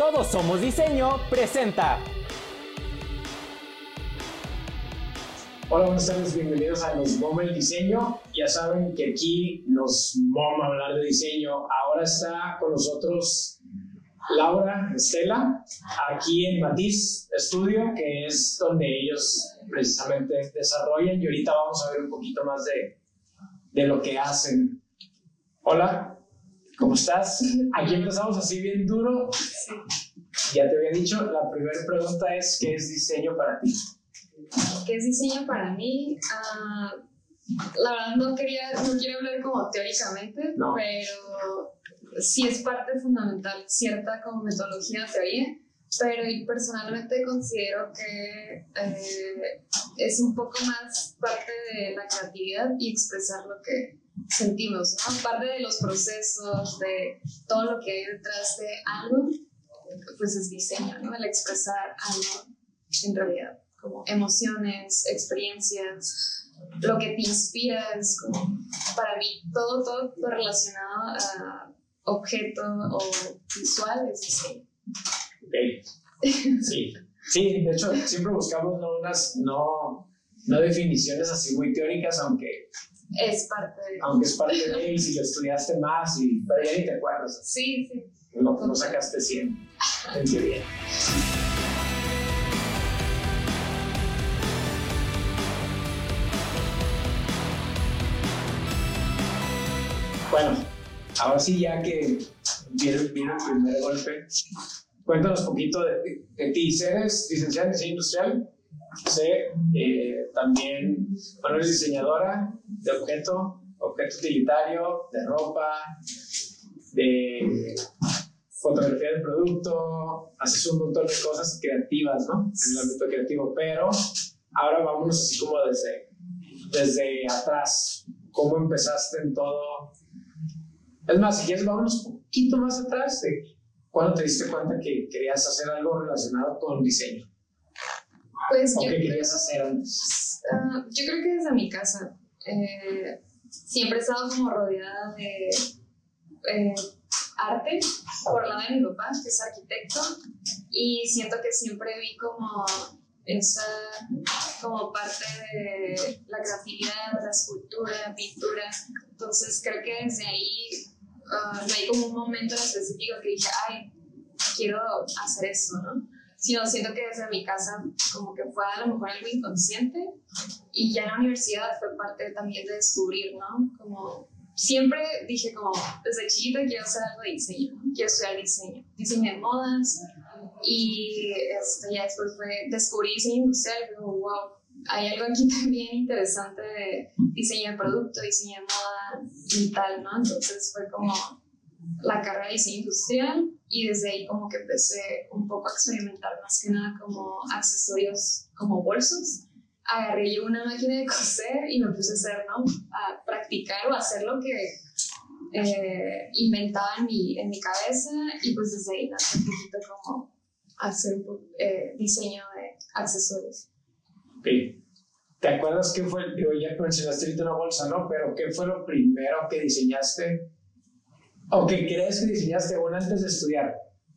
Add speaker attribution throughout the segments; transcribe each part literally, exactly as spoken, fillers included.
Speaker 1: Todos Somos Diseño presenta.
Speaker 2: Hola, buenas tardes, bienvenidos a Nos Moma el Diseño. Ya saben que aquí nos moma hablar de diseño. Ahora está con nosotros Laura, Estela, aquí en Matiz Studio, que es donde ellos precisamente desarrollan, y ahorita vamos a ver un poquito más de, de lo que hacen. Hola, ¿cómo estás? Aquí empezamos así bien duro.
Speaker 3: Sí.
Speaker 2: Ya te había dicho, la primera pregunta es, ¿qué es diseño para ti?
Speaker 3: ¿Qué es diseño para mí? Uh, la verdad no quería, no quiero hablar como teóricamente,
Speaker 2: No.
Speaker 3: pero sí es parte fundamental, cierta como metodología de teoría, pero personalmente considero que eh, es un poco más parte de la creatividad y expresar lo que sentimos, ¿no? Parte de los procesos, de todo lo que hay detrás de algo, pues es diseño, ¿no? El expresar algo en realidad, como emociones, experiencias, lo que te inspira es como, para mí, todo, todo lo relacionado a objeto o visual es diseño.
Speaker 2: Ok, sí, sí, de hecho siempre buscamos no, unas, no, no definiciones así muy teóricas, aunque
Speaker 3: Es parte de...
Speaker 2: aunque es parte de, y si lo estudiaste más, y, pero ya ni te acuerdas,
Speaker 3: Sí, sí.
Speaker 2: no, no sacaste cien en teoría. Bueno, ahora sí, ya que vieron, vieron el primer golpe, cuéntanos un poquito de, de ti. Eres licenciada en diseño industrial, sé, eh, también, bueno, eres diseñadora de objeto, objeto utilitario, de ropa, de fotografía de producto, haces un montón de cosas creativas, ¿no? En el ámbito creativo, pero ahora vámonos así como desde, desde atrás. ¿Cómo empezaste en todo? Es más, si quieres, vámonos un poquito más atrás de cuándo te diste cuenta que querías hacer algo relacionado con diseño.
Speaker 3: Pues
Speaker 2: ¿O
Speaker 3: yo
Speaker 2: qué
Speaker 3: creo,
Speaker 2: querías hacer antes?
Speaker 3: uh, yo creo que desde mi casa eh, siempre he estado como rodeada de eh, arte por el lado de mi papá, que es arquitecto, y siento que siempre vi como esa como parte de la creatividad, la escultura, pintura. Entonces creo que desde ahí uh, no hay como un momento en específico que dije, ay, quiero hacer eso, ¿no? Sino siento que desde mi casa como que fue a lo mejor algo inconsciente, y ya en la universidad fue parte también de descubrir, ¿no? Como siempre dije como desde chiquita quiero hacer algo de diseño, ¿no? Quiero estudiar diseño, diseño de modas, y este, ya después fue descubrir diseño industrial, y como wow, hay algo aquí también interesante de diseño de producto, diseño de moda y tal, ¿no? Entonces fue como la carrera de diseño industrial, y desde ahí como que empecé un poco a experimentar más que nada como accesorios, como bolsos. Agarré yo una máquina de coser y me puse a hacer, ¿no? A practicar o a hacer lo que eh, inventaba en mi, en mi cabeza, y pues desde ahí nace un poquito como hacer eh, diseño de accesorios.
Speaker 2: Ok. ¿Te acuerdas qué fue? Digo, ya mencionaste ahorita una bolsa, ¿no? Pero ¿qué fue lo primero que diseñaste? ¿O que crees que diseñaste aún antes de estudiar?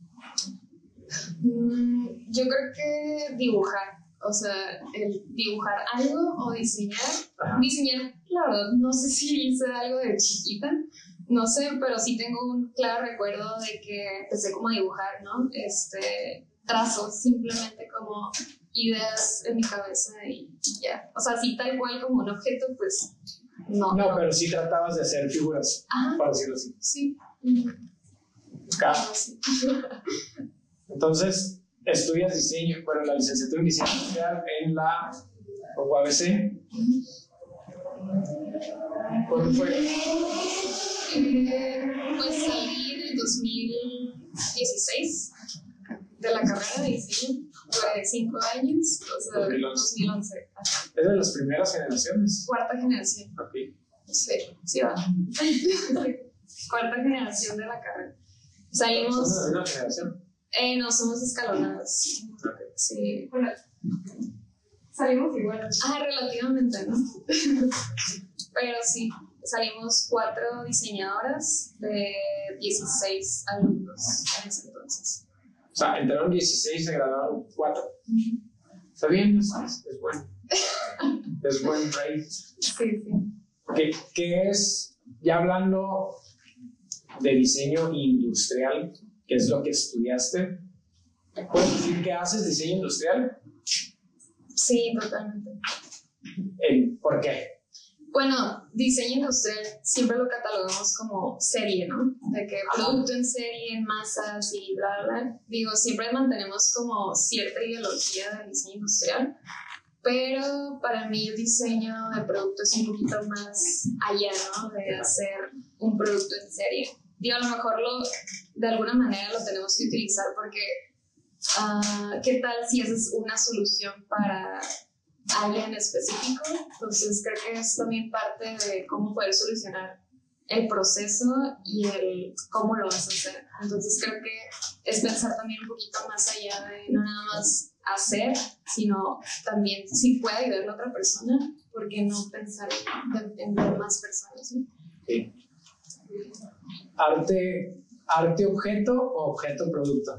Speaker 3: Mm, yo creo que dibujar. O sea, el dibujar algo o diseñar.
Speaker 2: Ajá.
Speaker 3: Diseñar, claro, no sé si hice algo de chiquita, no sé, pero sí tengo un claro recuerdo de que empecé como a dibujar, ¿no? Este, trazos, simplemente como ideas en mi cabeza y ya. O sea, así tal cual como un objeto, pues no.
Speaker 2: No,
Speaker 3: no.
Speaker 2: pero sí tratabas de hacer figuras,
Speaker 3: Ajá.
Speaker 2: para decirlo así.
Speaker 3: Sí.
Speaker 2: Claro.
Speaker 3: Algo así.
Speaker 2: Entonces, estudias diseño, bueno, la licenciatura en diseño industrial en la U A B C. ¿Cuándo fue?
Speaker 3: Eh, pues salí en el dos mil dieciséis de la carrera de diseño, duré cinco años, o sea,
Speaker 2: dos mil once.
Speaker 3: dos mil once. Ajá.
Speaker 2: Es de las primeras generaciones.
Speaker 3: Cuarta generación.
Speaker 2: Ok.
Speaker 3: Sí, sí va. Cuarta generación de la carrera. Salimos.
Speaker 2: ¿Son de la misma generación?
Speaker 3: Eh, no, somos escalonados.
Speaker 2: Ok.
Speaker 3: Sí.
Speaker 4: Salimos igual.
Speaker 3: Ah, relativamente, ¿no? Pero sí, salimos cuatro diseñadoras de dieciséis alumnos en ese entonces.
Speaker 2: O sea, entraron dieciséis y se graduaron cuatro. Está bien, es, es, es bueno. Es buen rate.
Speaker 3: Sí, sí.
Speaker 2: ¿Qué, ¿Qué es, ya hablando de diseño industrial, qué es lo que estudiaste? ¿Puedes decir que haces diseño industrial?
Speaker 3: Sí, totalmente.
Speaker 2: ¿El, ¿Por qué?
Speaker 3: Bueno, diseño industrial siempre lo catalogamos como serie, ¿no? De que producto en serie, en masas y bla, bla, bla. Digo, siempre mantenemos como cierta ideología del diseño industrial, pero para mí el diseño de producto es un poquito más allá, ¿no? De hacer un producto en serie. Digo, a lo mejor lo, de alguna manera lo tenemos que utilizar porque uh, ¿qué tal si esa es una solución para alguien específico? Entonces creo que es también parte de cómo poder solucionar el proceso y el cómo lo vas a hacer. Entonces creo que es pensar también un poquito más allá de no nada más hacer, sino también si puede ayudar a la otra persona, ¿por qué no pensar en, en, en más personas? ¿Sí?
Speaker 2: Sí. ¿Arte, arte objeto o objeto producto?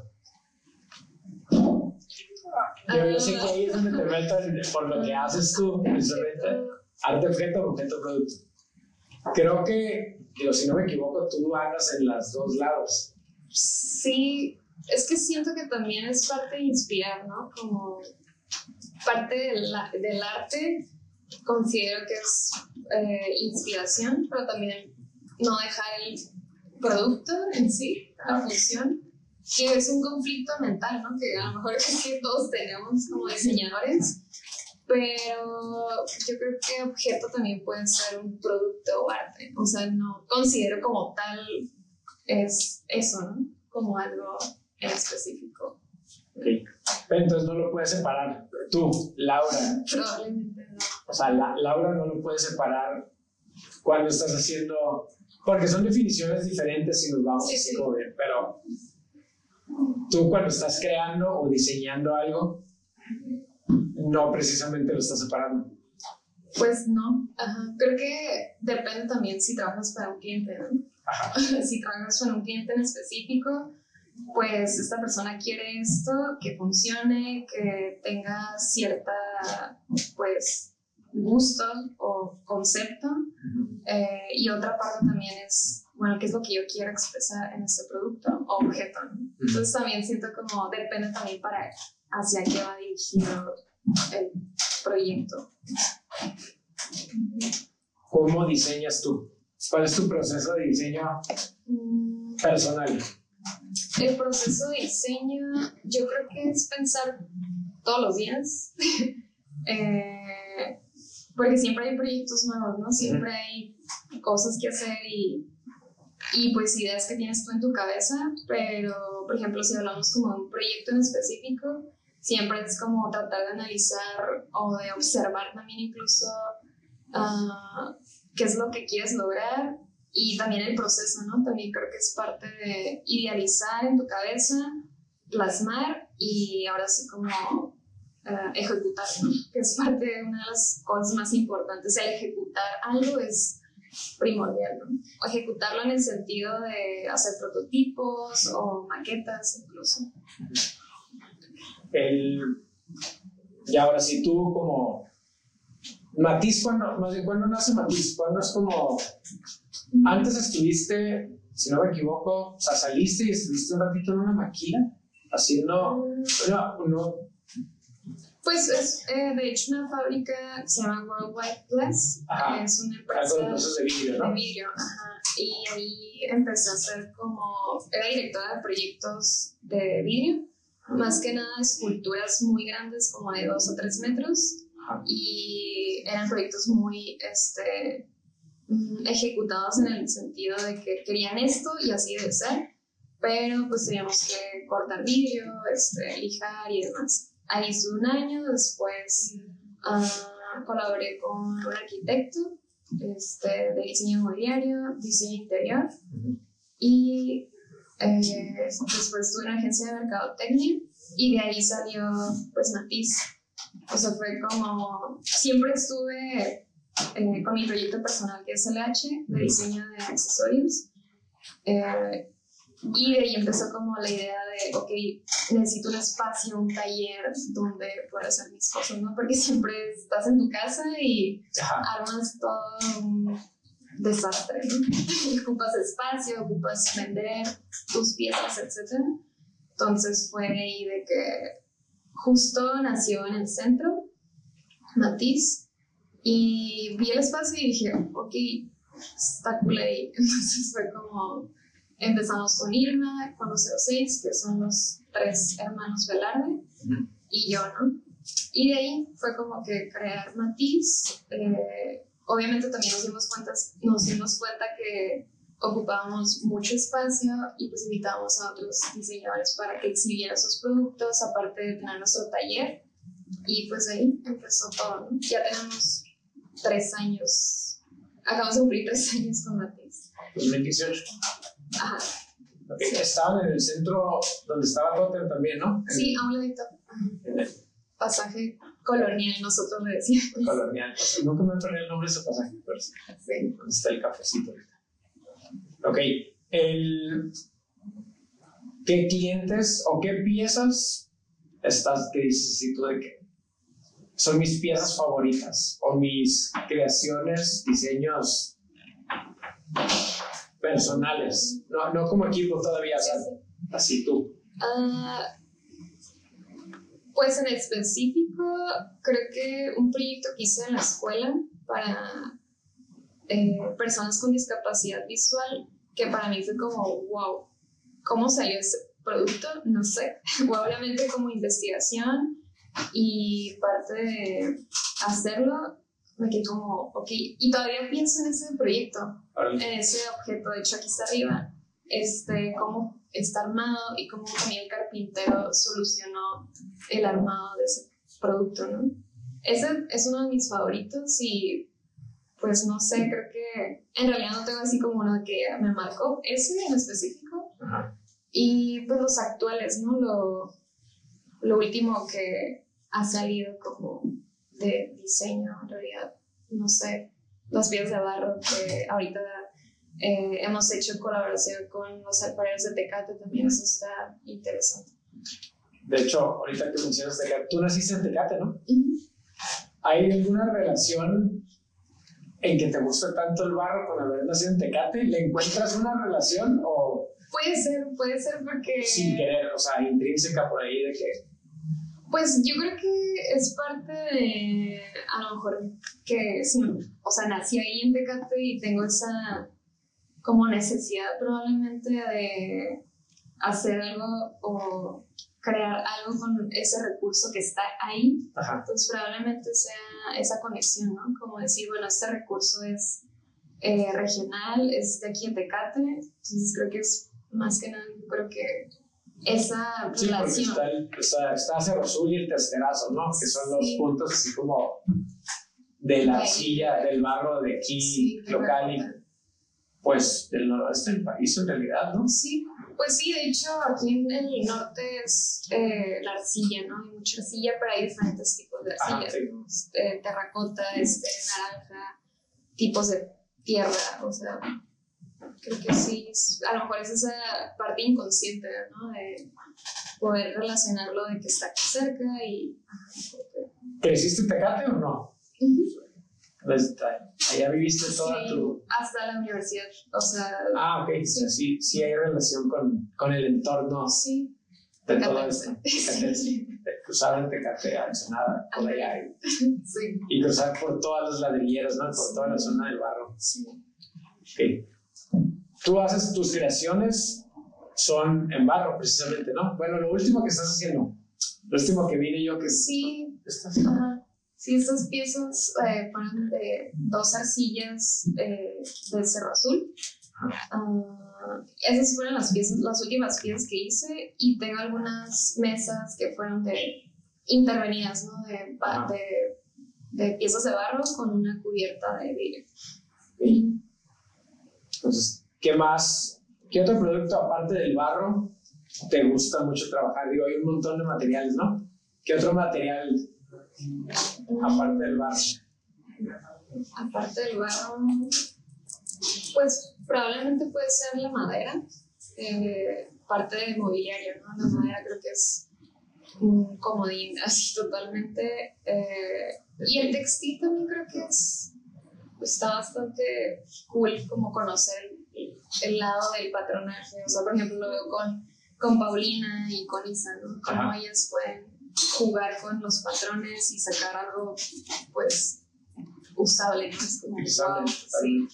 Speaker 2: Yo, yo sé que ahí es donde te meto por lo que haces tú, precisamente. Arte objeto o objeto producto. Creo que, digo, si no me equivoco, tú andas en los dos lados.
Speaker 3: Sí, es que siento que también es parte de inspirar, ¿no? Como parte del, del arte, considero que es eh, inspiración, pero también no dejar el producto en sí, la función, que es un conflicto mental, ¿no? Que a lo mejor es que todos tenemos como diseñadores, pero yo creo que objeto también puede ser un producto o arte. O sea, no considero como tal es eso, ¿no? Como algo en específico.
Speaker 2: Okay. Entonces no lo puedes separar. Tú, Laura.
Speaker 3: Probablemente no.
Speaker 2: O sea, la, Laura no lo puedes separar cuando estás haciendo... Porque son definiciones diferentes y nos vamos
Speaker 3: Sí,
Speaker 2: así
Speaker 3: sí.
Speaker 2: como bien, pero tú cuando estás creando o diseñando algo, no precisamente lo estás separando.
Speaker 3: Pues no, ajá. Creo que depende también si trabajas para un cliente, ¿no?
Speaker 2: Ajá.
Speaker 3: Si trabajas para un cliente en específico, pues esta persona quiere esto, que funcione, que tenga cierta, pues, gusto o concepto. Uh-huh. eh, y otra parte también es, bueno, qué es lo que yo quiero expresar en este producto o objeto, ¿no? Uh-huh. Entonces también siento como, depende también para hacia qué va dirigido el proyecto.
Speaker 2: ¿Cómo diseñas tú? ¿Cuál es tu proceso de diseño mm. personal?
Speaker 3: El proceso de diseño, yo creo que es pensar todos los días, eh, porque siempre hay proyectos nuevos, ¿no? Siempre hay cosas que hacer y, y pues ideas que tienes tú en tu cabeza, pero, por ejemplo, si hablamos como de un proyecto en específico, siempre es como tratar de analizar o de observar también incluso uh, qué es lo que quieres lograr y también el proceso, ¿no? También creo que es parte de idealizar en tu cabeza, plasmar y ahora sí como uh, ejecutar, ¿no? Que es parte de una de las cosas más importantes. El ejecutar algo es primordial, ¿no? O ejecutarlo en el sentido de hacer prototipos o maquetas incluso.
Speaker 2: El, y ahora sí tú como Matiz, cuando, más bien, ¿cuándo nace Matiz? ¿Cuándo es como antes estuviste, si no me equivoco, o sea, saliste y estuviste un ratito en una máquina haciendo no, no.
Speaker 3: Pues es eh, de hecho una fábrica que se llama Worldwide Glass. Ajá. Es una empresa
Speaker 2: Algo de, de vidrio, ¿no?
Speaker 3: De vidrio, ajá. Y ahí empecé a hacer como, era directora de proyectos de vidrio, más que nada esculturas muy grandes como de dos o tres metros. Ajá. Y eran proyectos muy este, ejecutados en el sentido de que querían esto y así debe ser, pero pues teníamos que cortar vidrio, este, lijar y demás. Ahí estuve un año, después uh, colaboré con un arquitecto este, de diseño inmobiliario, diseño interior, uh-huh. y eh, después estuve en una agencia de mercadotecnia y de ahí salió pues Matiz. O sea, fue como, siempre estuve eh, con mi proyecto personal que es L H, de diseño de accesorios, eh, y de ahí empezó como la idea de, ok, necesito un espacio, un taller donde pueda hacer mis cosas, ¿no? Porque siempre estás en tu casa y
Speaker 2: Ajá.
Speaker 3: armas todo un desastre, ¿no? Ocupas espacio, ocupas vender tus piezas, etcétera. Entonces fue ahí de que justo nació en el centro Matiz y vi el espacio y dije, ok, está cool ahí. Entonces fue como, empezamos con Irma, con los cero seis, que son los tres hermanos Velarde, uh-huh. y yo, ¿no? Y de ahí fue como que crear Matiz. Eh, obviamente también nos dimos cuenta, nos dimos cuenta que ocupábamos mucho espacio y pues invitábamos a otros diseñadores para que exhibieran sus productos, aparte de tener nuestro taller. Y pues ahí empezó todo, ¿no? Ya tenemos tres años, acabamos de cumplir tres años con Matiz.
Speaker 2: dos mil dieciocho.
Speaker 3: Ajá.
Speaker 2: Okay. Estaban en el centro donde estaba Rotter también, ¿no?
Speaker 3: Sí, a un ladito. Pasaje colonial, nosotros le decíamos.
Speaker 2: Colonial. Nunca me acordé el nombre de ese pasaje, pero sí. ¿Dónde está el cafecito ahorita? Ok. El... ¿Qué clientes o qué piezas estás que dices así tú de que son mis piezas favoritas o mis creaciones, diseños personales? No, no como equipo todavía, sí, sí. Así tú.
Speaker 3: Uh, pues en específico, creo que un proyecto que hice en la escuela para eh, personas con discapacidad visual, que para mí fue como, wow, ¿cómo salió ese producto? No sé. Obviamente como investigación y parte de hacerlo, me quedé como, ok, y todavía pienso en ese proyecto, en ese objeto, de hecho aquí está arriba, este, cómo está armado y cómo también el carpintero solucionó el armado de ese producto, ¿no? Ese es uno de mis favoritos y pues no sé, creo que en realidad no tengo así como uno que me marcó, ese en específico.
Speaker 2: Ajá.
Speaker 3: Y pues los actuales, ¿no? Lo, lo último que ha salido como de diseño, en realidad, no sé, las piezas de barro que ahorita eh, hemos hecho colaboración con los alfareros de Tecate también, eso está interesante.
Speaker 2: De hecho, ahorita que mencionas Tecate, tú naciste en Tecate, ¿no?
Speaker 3: Uh-huh.
Speaker 2: ¿Hay alguna relación en que te gusta tanto el barro con haber nacido en Tecate? ¿Le encuentras una relación o...?
Speaker 3: Puede ser, puede ser porque...
Speaker 2: Sin querer, o sea, intrínseca por ahí de que...
Speaker 3: Pues yo creo que es parte de, a lo mejor, que, sí, o sea, nací ahí en Tecate y tengo esa como necesidad probablemente de hacer algo o crear algo con ese recurso que está ahí.
Speaker 2: Ajá.
Speaker 3: Entonces probablemente sea esa conexión, ¿no? Como decir, bueno, este recurso es eh, regional, es de aquí en Tecate, entonces creo que es más que nada, creo que esa
Speaker 2: sí,
Speaker 3: relación.
Speaker 2: Está, el, está, está Cerro Azul y el Tercerazo, ¿no? Que son los sí. puntos así como de la arcilla, del barro de aquí, sí, local y pues del noroeste del país en realidad, ¿no?
Speaker 3: Sí, pues sí, de hecho aquí en el norte es eh, la arcilla, ¿no? Hay mucha arcilla, pero hay diferentes tipos de arcilla. Ajá, sí. eh, terracota, este, naranja, tipos de tierra, o sea... Creo que sí, a lo mejor es esa parte inconsciente, ¿no? De poder relacionarlo de que está aquí cerca y...
Speaker 2: ¿Creciste en Tecate o no? Uh-huh. Allá viviste toda
Speaker 3: sí,
Speaker 2: tu...
Speaker 3: hasta la universidad, o sea...
Speaker 2: Ah, ok, sí, o sea, sí, sí hay relación con, con el entorno
Speaker 3: sí.
Speaker 2: de
Speaker 3: Tecate.
Speaker 2: todo esto. Sí. De cruzar en Tecate a Ensenada, por allá. Y,
Speaker 3: sí.
Speaker 2: y cruzar por todas las ladrilleras, ¿no? Por
Speaker 3: sí.
Speaker 2: toda la zona del barro.
Speaker 3: Sí.
Speaker 2: Ok. Tú haces tus creaciones, son en barro precisamente, ¿no? Bueno, lo último que estás haciendo, lo último que vine yo que...
Speaker 3: Sí,
Speaker 2: ¿estás?
Speaker 3: Ajá. Sí, estas piezas eh, fueron de dos arcillas eh, del Cerro Azul. Uh, esas fueron las piezas, las últimas piezas que hice y tengo algunas mesas que fueron de intervenidas, ¿no? De, de, de piezas de barro con una cubierta de vidrio.
Speaker 2: Sí. Entonces, ¿qué más? ¿Qué otro producto aparte del barro te gusta mucho trabajar? Digo, hay un montón de materiales, ¿no? ¿Qué otro material aparte del barro?
Speaker 3: Aparte del barro, pues probablemente puede ser la madera. Eh, parte del mobiliario, ¿no? La madera creo que es un comodín, así totalmente. Eh, y el textil también creo que es, está bastante cool como conocer el, el lado del patronaje. O sea, por ejemplo, lo veo con, con Paulina y con Isa, ¿no? Cómo ellas pueden jugar con los patrones y sacar algo, pues, usable, ¿no? Es como,
Speaker 2: usable,
Speaker 3: wow, sí.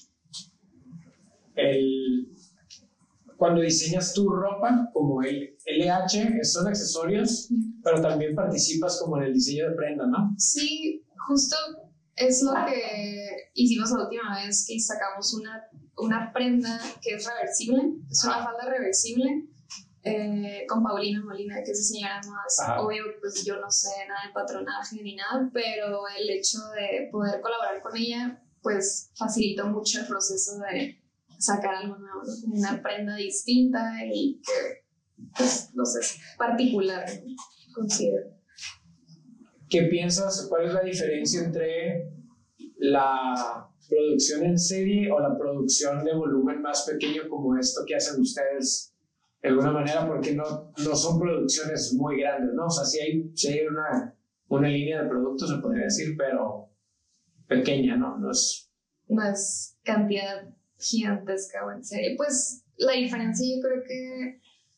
Speaker 2: El, cuando diseñas tu ropa, como el L H, son accesorios, pero también participas como en el diseño de prenda, ¿no?
Speaker 3: Sí, justo es lo que hicimos la última vez que sacamos una, una prenda que es reversible, es una falda reversible, eh, con Paulina Molina, que es diseñadora más. Ajá. Obvio, pues yo no sé nada de patronaje ni nada, pero el hecho de poder colaborar con ella, pues facilitó mucho el proceso de sacar algo nuevo, ¿no? Una prenda distinta y que, pues, no sé, particular, ¿no? Considero.
Speaker 2: ¿Qué piensas? ¿Cuál es la diferencia entre la producción en serie o la producción de volumen más pequeño como esto que hacen ustedes? De alguna manera, porque no, no son producciones muy grandes, ¿no? O sea, sí hay, sí hay una, una línea de productos, se podría decir, pero pequeña, ¿no? No es...
Speaker 3: No es cantidad gigantesca o en serie. Pues la diferencia yo creo que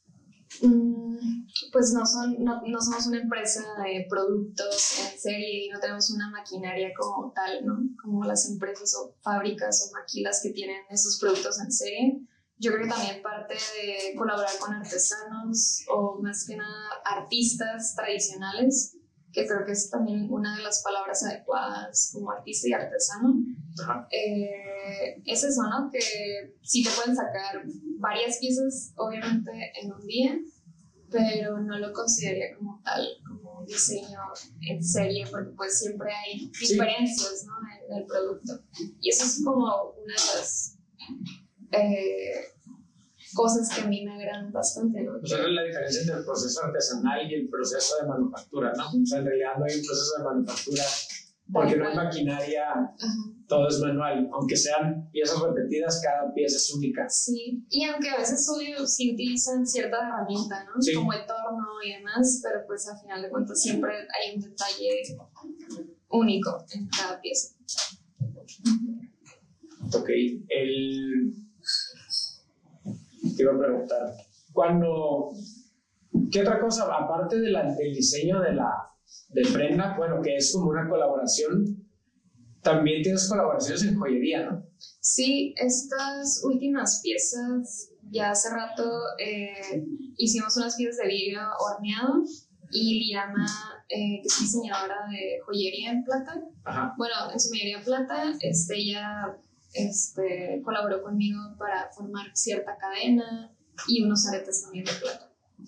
Speaker 3: mmm, pues no, son, no, no somos una empresa de productos en serie y no tenemos una maquinaria como tal, ¿no? Como las empresas o fábricas o maquilas que tienen esos productos en serie. Yo creo que también parte de colaborar con artesanos o más que nada artistas tradicionales, que creo que es también una de las palabras adecuadas como artista y artesano. Eh, es eso, ¿no? Que sí te pueden sacar varias piezas, obviamente, en un día, pero no lo consideraría como tal, como un diseño en serie, porque pues siempre hay diferencias, sí, ¿no? En el producto. Y eso es como una de las eh, cosas que a mí me agradan bastante, ¿no?
Speaker 2: O sea, es la diferencia entre el proceso artesanal y el proceso de manufactura, ¿no? O sea, en realidad no hay un proceso de manufactura porque no hay maquinaria. Uh-huh. Todo es manual, aunque sean piezas repetidas, cada pieza es única.
Speaker 3: Sí, y aunque a veces sí utilizan cierta herramienta, ¿no? Sí. Como el torno y demás, pero pues al final de cuentas siempre hay un detalle único en cada pieza.
Speaker 2: Ok, el... te iba a preguntar, cuando... ¿qué otra cosa, aparte de la, del diseño de la de prenda, bueno, que es como una colaboración, también tienes colaboraciones en joyería, ¿no?
Speaker 3: Sí, estas últimas piezas, ya hace rato eh, hicimos unas piezas de vidrio horneado y Liliana, eh, que es diseñadora de joyería en plata, ajá, bueno, en su mayoría en plata, este, ella este, colaboró conmigo para formar cierta cadena y unos aretes también de plata.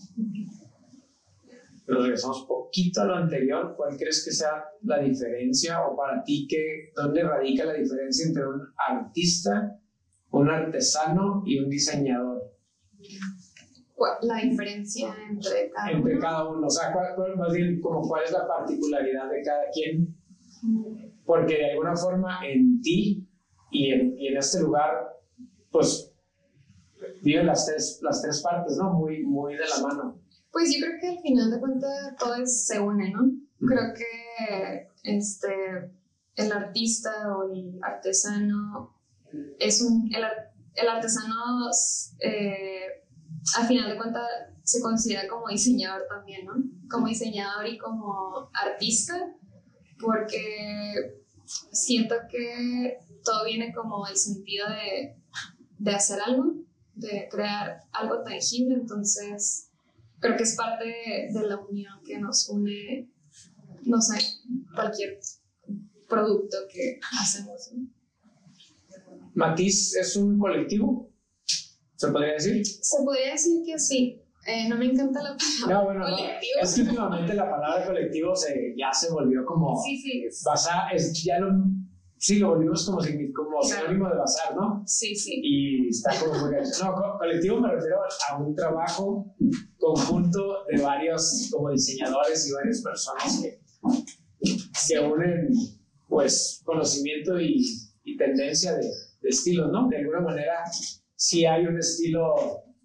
Speaker 2: Pero regresamos un poquito a lo anterior. ¿Cuál crees que sea la diferencia o para ti que, dónde radica la diferencia entre un artista, un artesano y un diseñador?
Speaker 3: La diferencia entre cada
Speaker 2: entre
Speaker 3: uno.
Speaker 2: cada uno, o sea, ¿cuál, cuál, más bien, como cuál es la particularidad de cada quien? Porque de alguna forma en ti y en, y en este lugar, pues viven las tres, las tres partes, ¿no? Muy, muy de la mano.
Speaker 3: Pues yo creo que al final de cuentas todo es, se une, ¿no? Mm. Creo que este, el artista o el artesano es un... El, el artesano, eh, al final de cuentas, se considera como diseñador también, ¿no? Como diseñador y como artista, porque siento que todo viene como el sentido de, de hacer algo, de crear algo tangible, entonces... creo que es parte de, de la unión que nos une, no sé, cualquier producto que hacemos, ¿no?
Speaker 2: ¿Matiz es un colectivo? ¿Se podría decir?
Speaker 3: Se podría decir que sí. Eh, no me encanta la palabra
Speaker 2: no, bueno,
Speaker 3: colectivo.
Speaker 2: No. Es que últimamente la palabra colectivo se, ya se volvió como...
Speaker 3: Sí, sí. Es...
Speaker 2: basar, es, ya lo, sí, lo volvimos como, como sinónimo de bazar, ¿no?
Speaker 3: Sí, sí.
Speaker 2: Y está como muy... No, colectivo me refiero a un trabajo conjunto de varios como diseñadores y varias personas que, que unen pues conocimiento y, y tendencia de, de estilos, ¿no? De alguna manera sí hay un estilo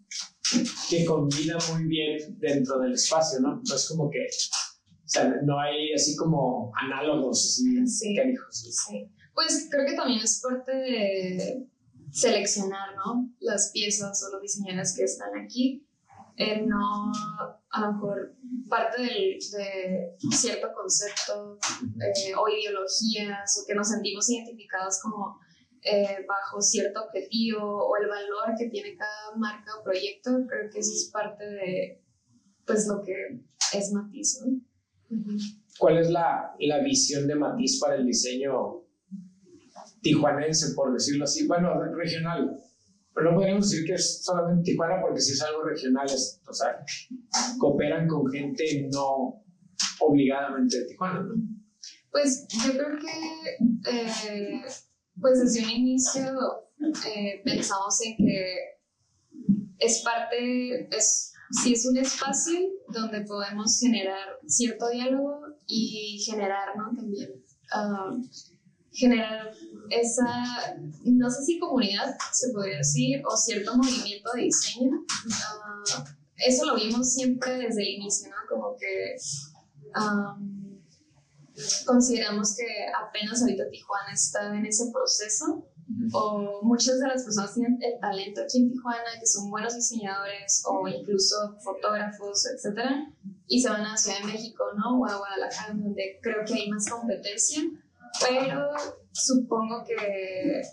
Speaker 2: que combina muy bien dentro del espacio, ¿no? No es como que, o sea, no hay así como análogos, así,
Speaker 3: Sí.
Speaker 2: canijos.
Speaker 3: Sí. Pues creo que también es parte de seleccionar, ¿no? Las piezas o los diseñadores que están aquí. Eh, no, a lo mejor parte del, de cierto concepto eh, o ideologías o que nos sentimos identificados como eh, bajo cierto objetivo o el valor que tiene cada marca o proyecto, creo que eso es parte de pues lo que es Matiz, ¿no? Uh-huh.
Speaker 2: ¿Cuál es la, la visión de Matiz para el diseño tijuanense, por decirlo así? Bueno, regional. Pero no podríamos decir que es solamente Tijuana porque si es algo regional, es, o sea, cooperan con gente no obligadamente de Tijuana, ¿no?
Speaker 3: Pues yo creo que eh, pues desde un inicio eh, pensamos en que es parte, es, sí es un espacio donde podemos generar cierto diálogo y generar, ¿no? También uh, generar esa, no sé si comunidad se podría decir, o cierto movimiento de diseño. Uh, eso lo vimos siempre desde el inicio, ¿no? Como que um, consideramos que apenas ahorita Tijuana está en ese proceso, o muchas de las personas tienen el talento aquí en Tijuana, que son buenos diseñadores o incluso fotógrafos, etcétera, y se van a Ciudad de México, ¿no? O a Guadalajara, donde creo que hay más competencia. Pero supongo que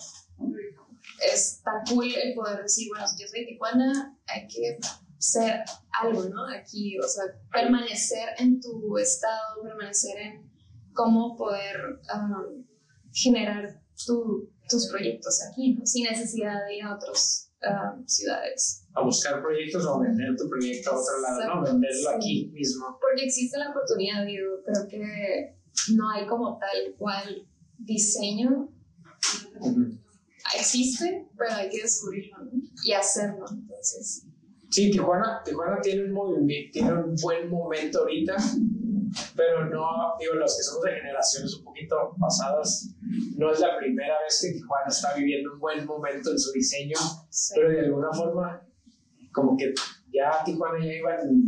Speaker 3: está cool el poder decir, bueno, yo soy de Tijuana, hay que ser algo, ¿no? Aquí, o sea, permanecer en tu estado, permanecer en cómo poder um, generar tu, tus proyectos aquí, ¿no? Sin necesidad de ir a otras uh, ciudades.
Speaker 2: A buscar proyectos o vender tu proyecto a otro lado, ¿no? Venderlo sí. Aquí mismo.
Speaker 3: Porque existe la oportunidad, digo, creo que no hay como tal cual diseño. Uh-huh. Existe, pero hay que descubrirlo, ¿no? Y hacerlo, entonces.
Speaker 2: Sí, Tijuana, Tijuana tiene un movimiento, tiene un buen momento ahorita, pero no, digo, los que somos de generaciones un poquito pasadas, no es la primera vez que Tijuana está viviendo un buen momento en su diseño, sí. Pero de alguna forma, como que ya Tijuana ya iba en...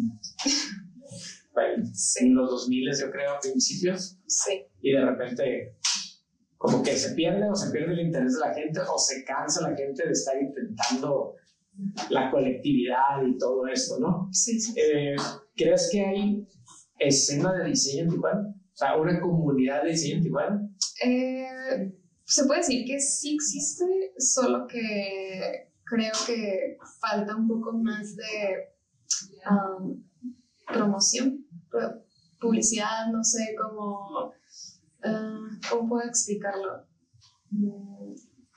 Speaker 2: Bueno, sí. En los dos mil, yo creo, a principios.
Speaker 3: Sí.
Speaker 2: Y de repente, como que se pierde o se pierde el interés de la gente o se cansa la gente de estar intentando la colectividad y todo esto, ¿no?
Speaker 3: Sí, sí.
Speaker 2: Eh, ¿Crees que hay escena de diseño en Tijuana? O sea, ¿una comunidad de diseño en Tijuana?
Speaker 3: Eh, se puede decir que sí existe, solo que creo que falta un poco más de... Um, promoción, publicidad, no sé cómo, uh, ¿cómo puedo explicarlo? Mm,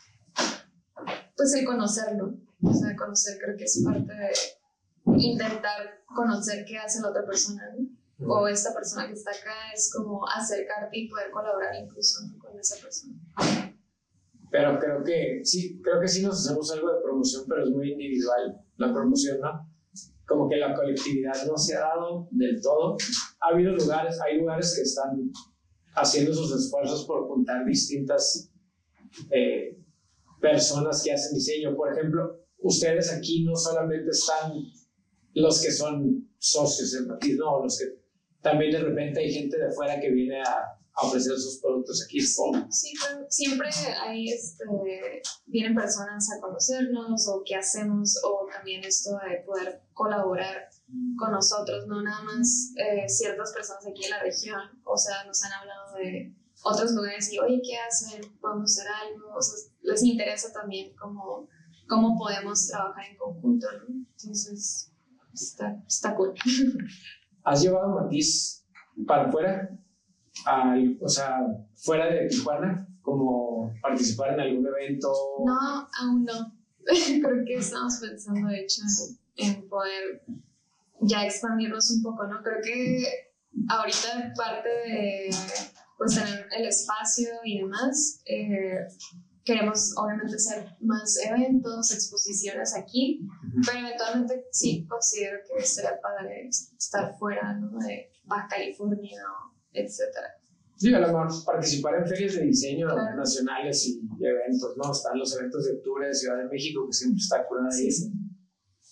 Speaker 3: pues el conocerlo, o sea, conocer creo que es parte de intentar conocer qué hace la otra persona, ¿no? O esta persona que está acá es como acercarte y poder colaborar incluso, ¿no? Con esa persona.
Speaker 2: Pero creo que sí, creo que sí nos hacemos algo de promoción, pero es muy individual la promoción, ¿no? Como que la colectividad no se ha dado del todo. Ha habido lugares, hay lugares que están haciendo sus esfuerzos por juntar distintas eh, personas que hacen diseño. Por ejemplo, ustedes aquí no solamente están los que son socios en Matiz, no, los que también de repente hay gente de afuera que viene a, a ofrecer sus productos aquí.
Speaker 3: Sí, sí, pero siempre hay, este, vienen personas a conocernos o qué hacemos, o también esto de poder colaborar con nosotros, no nada más eh, ciertas personas aquí en la región, o sea, nos han hablado de otros lugares y, oye, ¿qué hacen? ¿Podemos hacer algo? O sea, les interesa también cómo, cómo podemos trabajar en conjunto, ¿no? Entonces, está, está cool.
Speaker 2: ¿Has llevado Matiz para afuera? Al, o sea, fuera de Tijuana, como participar en algún evento?
Speaker 3: No, aún no. Creo que estamos pensando, de hecho, en, en poder ya expandirnos un poco, ¿no? Creo que ahorita parte de pues tener el espacio y demás, eh, queremos obviamente hacer más eventos, exposiciones aquí, uh-huh. Pero eventualmente sí considero que sería padre estar fuera, ¿no? De Baja California, etcétera.
Speaker 2: Sí, a lo mejor participar en ferias de diseño
Speaker 3: claro.
Speaker 2: Nacionales y eventos, ¿no? Están los eventos de octubre de Ciudad de México, que siempre está curada ahí.
Speaker 3: Sí, sí.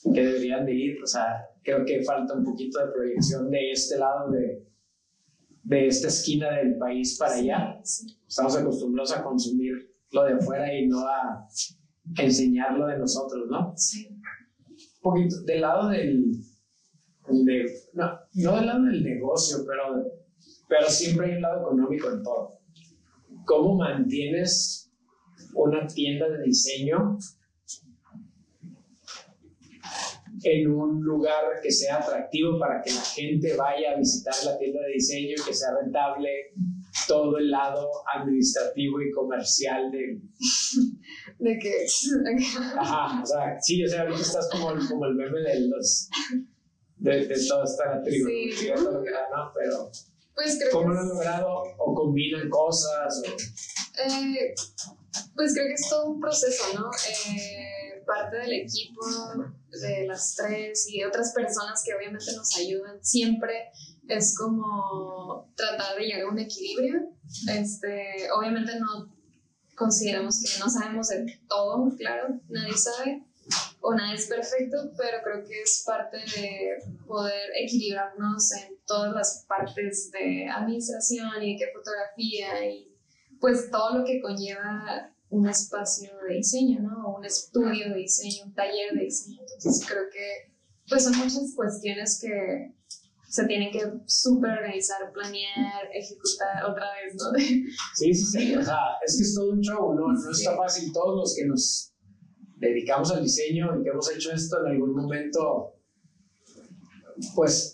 Speaker 2: que deberían de ir. O sea, creo que falta un poquito de proyección de este lado, de, de esta esquina del país para allá.
Speaker 3: Sí.
Speaker 2: Estamos acostumbrados a consumir lo de afuera y no a enseñarlo de nosotros, ¿no?
Speaker 3: Sí.
Speaker 2: Un poquito del lado del... De, no, no del lado del negocio, pero, pero siempre hay un lado económico en todo. ¿Cómo mantienes una tienda de diseño en un lugar que sea atractivo para que la gente vaya a visitar la tienda de diseño y que sea rentable todo el lado administrativo y comercial de...
Speaker 3: ¿De qué?
Speaker 2: Ajá, o sea, sí, o sea, ahorita estás como, como el meme de los... de, de toda esta tribu,
Speaker 3: Sí.
Speaker 2: todo lo que da, ¿no? Pero
Speaker 3: Pues creo
Speaker 2: ¿cómo
Speaker 3: que
Speaker 2: lo han logrado? ¿O combinan cosas? O...
Speaker 3: Eh, pues creo que es todo un proceso, ¿no? Eh, parte del equipo, de las tres y de otras personas que obviamente nos ayudan, siempre es como tratar de llegar a un equilibrio. Este, obviamente no consideramos que no sabemos de todo, claro, nadie sabe o nada es perfecto, pero creo que es parte de poder equilibrarnos en todas las partes de administración y que fotografía y pues todo lo que conlleva un espacio de diseño, ¿no? O un estudio de diseño, un taller de diseño. Entonces creo que pues son muchas cuestiones que se tienen que súper organizar, planear, ejecutar otra vez, ¿no?
Speaker 2: Sí, sí, sí, o sea, es que es todo un show, ¿no? No está fácil. Todos los que nos dedicamos al diseño y que hemos hecho esto en algún momento, pues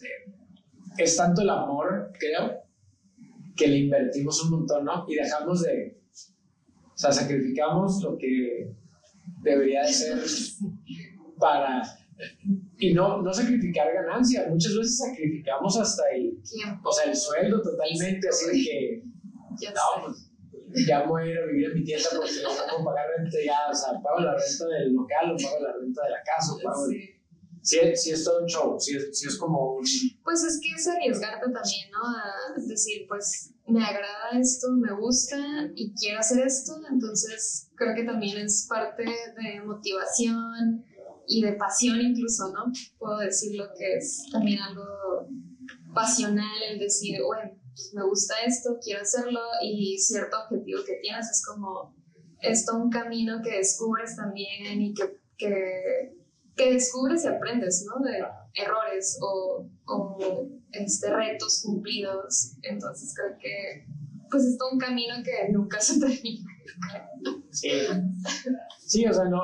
Speaker 2: es tanto el amor, creo, que le invertimos un montón, ¿no? Y dejamos de, o sea, sacrificamos lo que debería de ser para, y no, no sacrificar ganancias, muchas veces sacrificamos hasta el
Speaker 3: Tiempo.
Speaker 2: O sea, el sueldo totalmente, así de que,
Speaker 3: Ya
Speaker 2: no, pues, ya me voy a ir a vivir en mi tienda porque no puedo pagar renta ya, o sea, pago la renta del local, o pago la renta de la casa, o pago...
Speaker 3: Sí.
Speaker 2: Sí, sí es todo un show, sí es, sí es como un...
Speaker 3: Pues es que es arriesgarte también, ¿no? A decir, pues me agrada esto, me gusta y quiero hacer esto, entonces creo que también es parte de motivación y de pasión incluso, ¿no? Puedo decirlo que es también algo pasional el decir, bueno, pues me gusta esto, quiero hacerlo y cierto objetivo que tienes es como, es todo un camino que descubres también y que... que que descubres y aprendes, ¿no? De errores o, o este, retos cumplidos. Entonces creo que pues es todo un camino que nunca se termina.
Speaker 2: Sí, sí, o sea, no,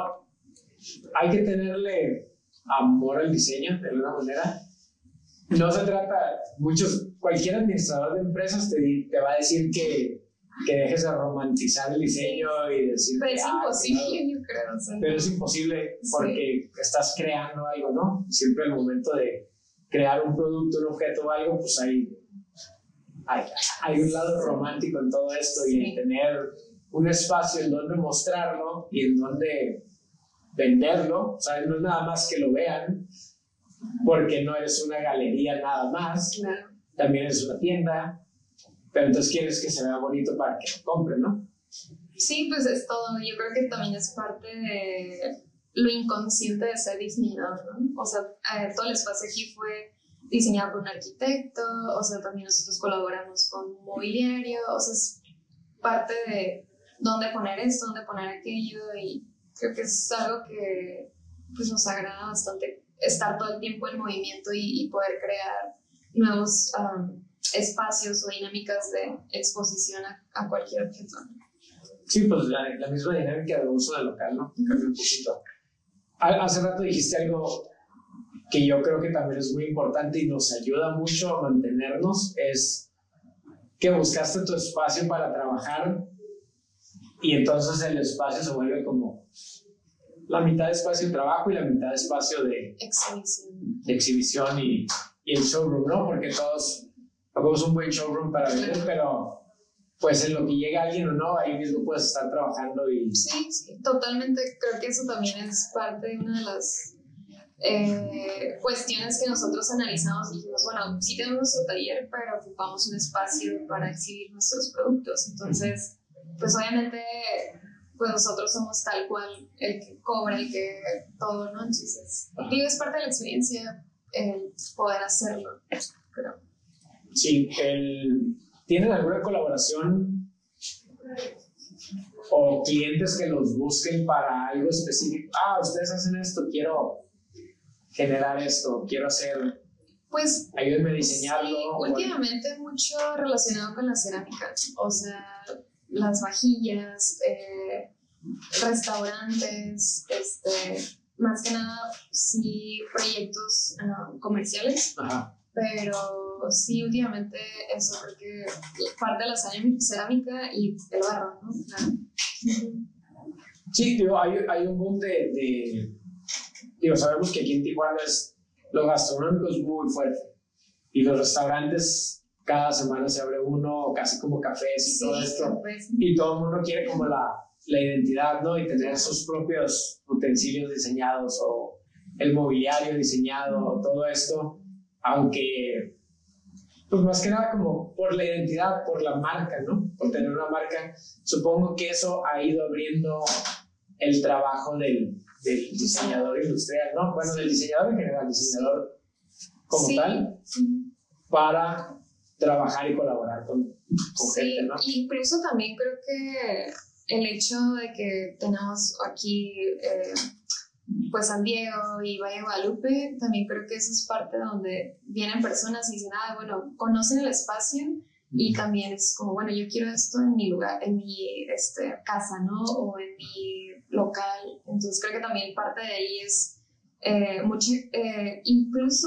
Speaker 2: hay que tenerle amor al diseño de alguna manera. No se trata, muchos, cualquier administrador de empresas te, te va a decir que que dejes de romantizar el diseño y decir
Speaker 3: pero
Speaker 2: que,
Speaker 3: es
Speaker 2: ah,
Speaker 3: imposible,
Speaker 2: no,
Speaker 3: yo creo. O sea,
Speaker 2: pero es imposible porque sí. Estás creando algo, ¿no? Siempre al momento de crear un producto, un objeto o algo, pues hay, hay, hay un lado romántico en todo esto y sí. En tener un espacio en donde mostrarlo y en donde venderlo, o sea, no es nada más que lo vean, porque no eres una galería nada más,
Speaker 3: claro.
Speaker 2: También es una tienda. Pero entonces quieres que se vea bonito para que lo compren, ¿no?
Speaker 3: Sí, pues es todo. Yo creo que también es parte de lo inconsciente de ser diseñador, ¿no? O sea, eh, todo el espacio aquí fue diseñado por un arquitecto, o sea, también nosotros colaboramos con un mobiliario, o sea, es parte de dónde poner esto, dónde poner aquello, y creo que es algo que pues, nos agrada bastante estar todo el tiempo en movimiento y, y poder crear nuevos... Um, espacios o dinámicas de exposición a, a cualquier objeto.
Speaker 2: Sí, pues la, la misma dinámica de uso del local, ¿no? Cambia un poquito. Hace rato dijiste algo que yo creo que también es muy importante y nos ayuda mucho a mantenernos, es que buscaste tu espacio para trabajar y entonces el espacio se vuelve como la mitad de espacio de trabajo y la mitad de espacio de
Speaker 3: exhibición,
Speaker 2: de exhibición y, y el showroom, ¿no? Porque todos es un buen showroom para vender, pero pues en lo que llega alguien o no, ahí mismo puedes estar trabajando y...
Speaker 3: Sí, sí, totalmente. Creo que eso también es parte de una de las eh, cuestiones que nosotros analizamos y dijimos, bueno, sí tenemos nuestro taller, pero ocupamos un espacio para exhibir nuestros productos. Entonces, pues obviamente pues nosotros somos tal cual el que cobra, el que todo, ¿no? Entonces, digo, es parte de la experiencia el poder hacerlo, pero...
Speaker 2: Sí, el, ¿tienen alguna colaboración o clientes que los busquen para algo específico? Ah, ustedes hacen esto, quiero generar esto, quiero hacer...
Speaker 3: Pues,
Speaker 2: ayúdenme a diseñarlo.
Speaker 3: Sí, últimamente mucho relacionado con la cerámica, o sea, las vajillas, eh, restaurantes, este, más que nada, sí, proyectos uh, comerciales.
Speaker 2: Ajá.
Speaker 3: Pero sí, últimamente eso, porque parte de la cerámica y el barro, ¿no? Claro.
Speaker 2: Sí, digo, hay, hay un boom de, de, digo, sabemos que aquí en Tijuana es, lo gastronómico es muy fuerte y los restaurantes cada semana se abre uno, casi como cafés y
Speaker 3: Sí,
Speaker 2: todo esto,
Speaker 3: pues.
Speaker 2: y todo el mundo quiere como la, la identidad, ¿no? Y tener sus propios utensilios diseñados o el mobiliario diseñado, todo esto. Aunque, pues más que nada como por la identidad, por la marca, ¿no? Por tener una marca, supongo que eso ha ido abriendo el trabajo del, del diseñador industrial, ¿no? Bueno, del diseñador en general, diseñador como
Speaker 3: sí,
Speaker 2: tal,
Speaker 3: sí.
Speaker 2: para trabajar y colaborar con, con
Speaker 3: Sí,
Speaker 2: gente, ¿no?
Speaker 3: Incluso también creo que el hecho de que tenemos aquí... Eh, pues San Diego y Valle de Guadalupe, también creo que eso es parte donde vienen personas y dicen, ah, bueno, conocen el espacio y también es como, bueno, yo quiero esto en mi lugar, en mi este, casa, ¿no? O en mi local. Entonces creo que también parte de ahí es eh, mucho, eh, incluso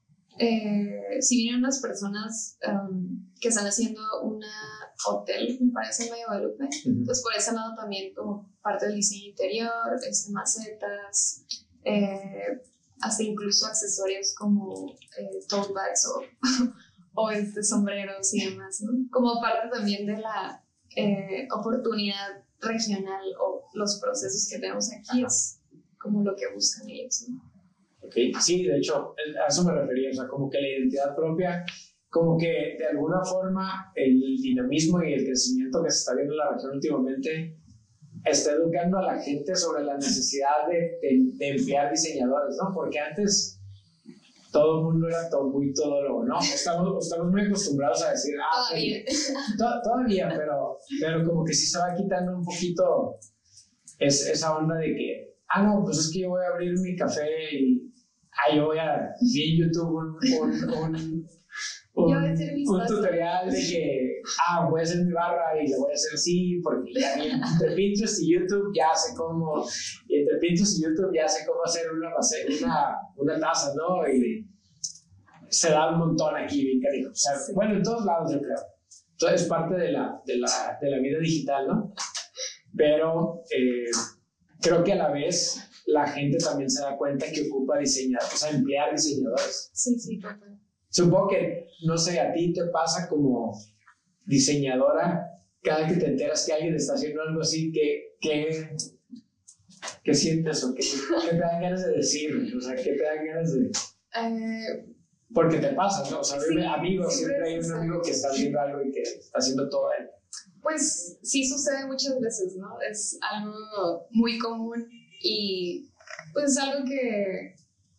Speaker 3: eh, si vienen unas personas um, que están haciendo una hotel, me parece, en Valle de Guadalupe, uh-huh. Pues por ese lado también como parte del diseño interior, este, macetas, eh, hasta incluso accesorios como eh, tote bags o, o este, sombreros y demás, ¿no? Como parte también de la eh, oportunidad regional o los procesos que tenemos aquí, es como lo que buscan ellos, ¿no?
Speaker 2: Okay. Sí, de hecho, a eso me refería, o sea, como que la identidad propia, como que de alguna forma el dinamismo y el crecimiento que se está viendo en la región últimamente está educando a la gente sobre la necesidad de, de, de emplear diseñadores, ¿no? Porque antes todo el mundo era todo, muy todólogo, ¿no? Estamos, estamos muy acostumbrados a decir, ah,
Speaker 3: todavía,
Speaker 2: to, todavía pero, pero como que sí se va quitando un poquito es, esa onda de que, ah, no, pues es que yo voy a abrir mi café y ah, yo voy a vi en YouTube un, un, un, un, un tutorial de que, ah, voy a hacer mi barra y lo voy a hacer así, porque ya entre Pinterest y YouTube ya sé cómo, y entre Pinterest y YouTube ya sé cómo hacer una, una, una taza, ¿no? Y se da un montón aquí, bien cariño. O sea, sí. Bueno, en todos lados yo creo. Entonces es parte de la, de la, de la vida digital, ¿no? Pero eh, creo que a la vez la gente también se da cuenta que ocupa diseñar, o sea, emplear diseñadores.
Speaker 3: Sí, sí, total.
Speaker 2: Supongo que, no sé, a ti te pasa como diseñadora, cada que te enteras que alguien está haciendo algo así, ¿qué, qué, qué sientes o qué, qué te dan ganas de decir? O sea, ¿qué te dan ganas de...?
Speaker 3: Eh,
Speaker 2: Porque te pasa, ¿no? O sea,
Speaker 3: sí,
Speaker 2: amigos, siempre hay un amigo que está haciendo algo y que está haciendo todo él.
Speaker 3: Pues sí sucede muchas veces, ¿no? Es algo muy común y pues es algo que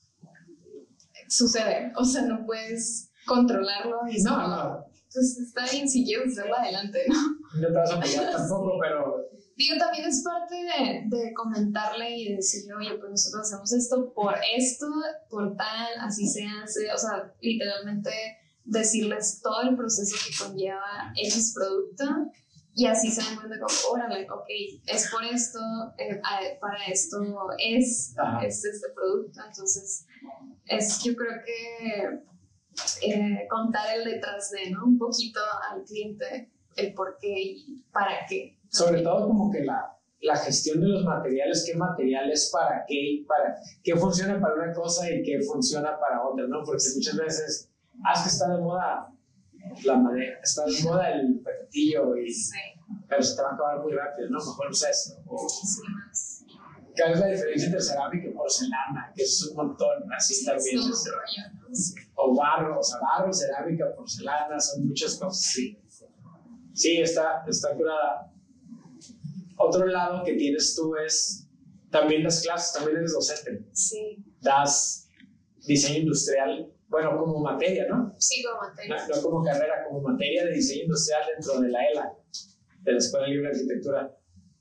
Speaker 3: sucede, o sea, no puedes controlarlo y
Speaker 2: no, no.
Speaker 3: Pues está bien si quieres hacerlo adelante, ¿no?
Speaker 2: No te vas a apoyar tampoco, pero...
Speaker 3: Digo, también es parte de, de comentarle y decirle, oye, pues nosotros hacemos esto por esto, por tal, así se hace, o sea, literalmente decirles todo el proceso que conlleva X producto y así se dan cuenta como, órale, ok, es por esto, eh, para esto es este, este producto, entonces es, yo creo que eh, contar el detrás de, ¿no? Un poquito al cliente el por qué y para qué.
Speaker 2: Sobre todo como que la, la gestión de los materiales, qué materiales para qué y para qué funciona para una cosa y qué funciona para otra, ¿no? Porque muchas veces, ah, es que está de moda la madera, está de moda el pecatillo y
Speaker 3: sí.
Speaker 2: Pero se te va a acabar muy rápido, ¿no? Mejor usa esto. O,
Speaker 3: sí, más.
Speaker 2: ¿Cuál es la diferencia entre cerámica y porcelana? Que es un montón, así sí, también.
Speaker 3: Es un rollo, ¿no? Sí.
Speaker 2: O barro, o sea, barro, cerámica, porcelana, son muchas cosas, sí. Sí, está, está curada. otro lado que tienes tú es también las clases, también eres docente.
Speaker 3: Sí.
Speaker 2: Das diseño industrial, bueno, como materia, ¿no?
Speaker 3: Sí, como materia.
Speaker 2: No, no como carrera, como materia de diseño industrial dentro de la E L A, de la Escuela Libre de Arquitectura.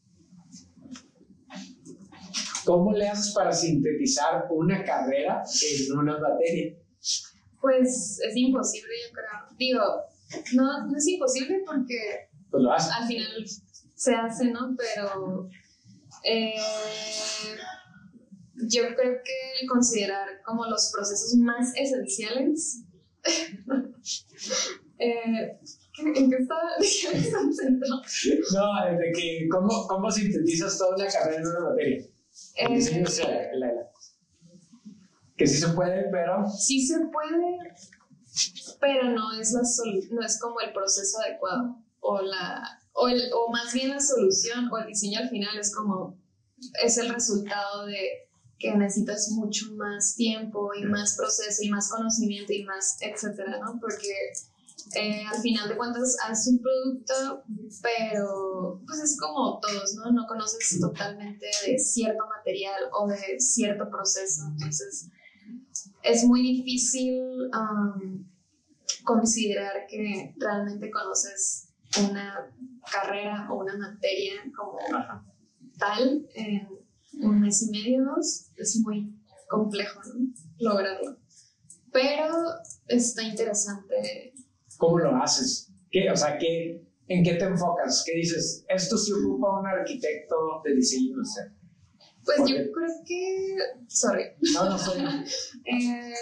Speaker 2: ¿Cómo le haces para sintetizar una carrera en una materia?
Speaker 3: Pues es imposible, yo creo. Digo, no, no es imposible porque
Speaker 2: Pues lo haces.
Speaker 3: al final se hace, ¿no? Pero eh, yo creo que el considerar como los procesos más esenciales. eh, ¿En qué estaba?
Speaker 2: No, de que cómo, cómo sintetizas toda una carrera en una materia. En diseño industrial, en la E L A. Que sí se puede, pero...
Speaker 3: Sí se puede, pero no es, la sol- no es como el proceso adecuado. O, la, o, el, o más bien la solución o el diseño al final es como... Es el resultado de que necesitas mucho más tiempo y más proceso y más conocimiento y más, etcétera, ¿no? Porque eh, al final de cuentas haces un producto, pero pues es como todos, ¿no? No conoces totalmente de cierto material o de cierto proceso, entonces es muy difícil um, considerar que realmente conoces una carrera o una materia como tal en un mes y medio, dos. Es muy complejo, ¿no? Lograrlo. Pero está interesante.
Speaker 2: ¿Cómo lo haces? ¿Qué, o sea, ¿qué, ¿en qué te enfocas? ¿Qué dices? Esto se ocupa un arquitecto de diseño industrial.
Speaker 3: Pues
Speaker 2: ¿Por
Speaker 3: yo
Speaker 2: qué?
Speaker 3: creo que... Sorry.
Speaker 2: No, no soy...
Speaker 3: eh,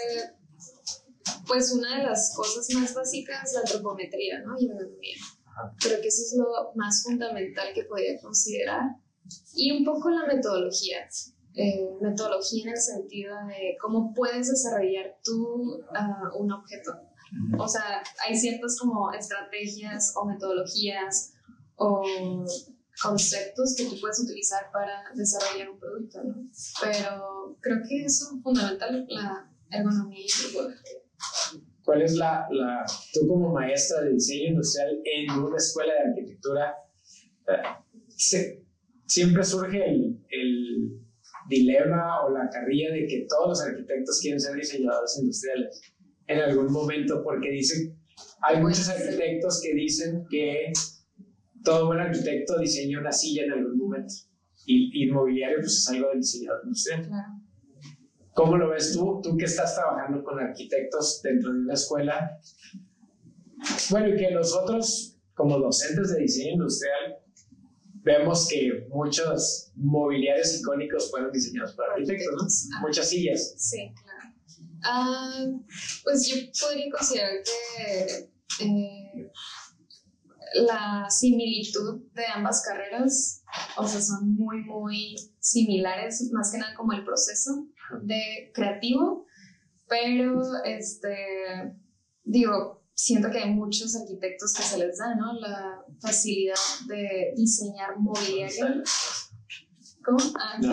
Speaker 3: pues una de las cosas más básicas es la antropometría, ¿no? Y ergonomía.
Speaker 2: Ajá.
Speaker 3: Creo que eso es lo más fundamental que podría considerar. Y un poco la metodología. Eh, metodología en el sentido de cómo puedes desarrollar tú uh, un objeto. O sea, hay ciertas como estrategias o metodologías o conceptos que tú puedes utilizar para desarrollar un producto, ¿no? Pero creo que eso es fundamental, la ergonomía y antropología.
Speaker 2: ¿Cuál es la, la... Tú como maestra de diseño industrial en una escuela de arquitectura, eh, se, siempre surge el, el dilema o la carrilla de que todos los arquitectos quieren ser diseñadores industriales en algún momento, porque dicen, hay muchos arquitectos que dicen que todo buen arquitecto diseña una silla en algún momento, y, y mobiliario pues es algo del diseñador industrial.
Speaker 3: Claro.
Speaker 2: ¿Cómo lo ves tú? Tú que estás trabajando con arquitectos dentro de una escuela, bueno, y que nosotros como docentes de diseño industrial vemos que muchos mobiliarios icónicos fueron diseñados por arquitectos, ¿no?
Speaker 3: Ah.
Speaker 2: Muchas sillas.
Speaker 3: Sí, claro. Uh, pues yo podría considerar que eh, la similitud de ambas carreras, o sea, son muy, muy similares, más que nada como el proceso de creativo, pero, este, digo, siento que hay muchos arquitectos que se les da, ¿no? La facilidad de diseñar mobiliario. ¿Cómo? Ah.
Speaker 2: No.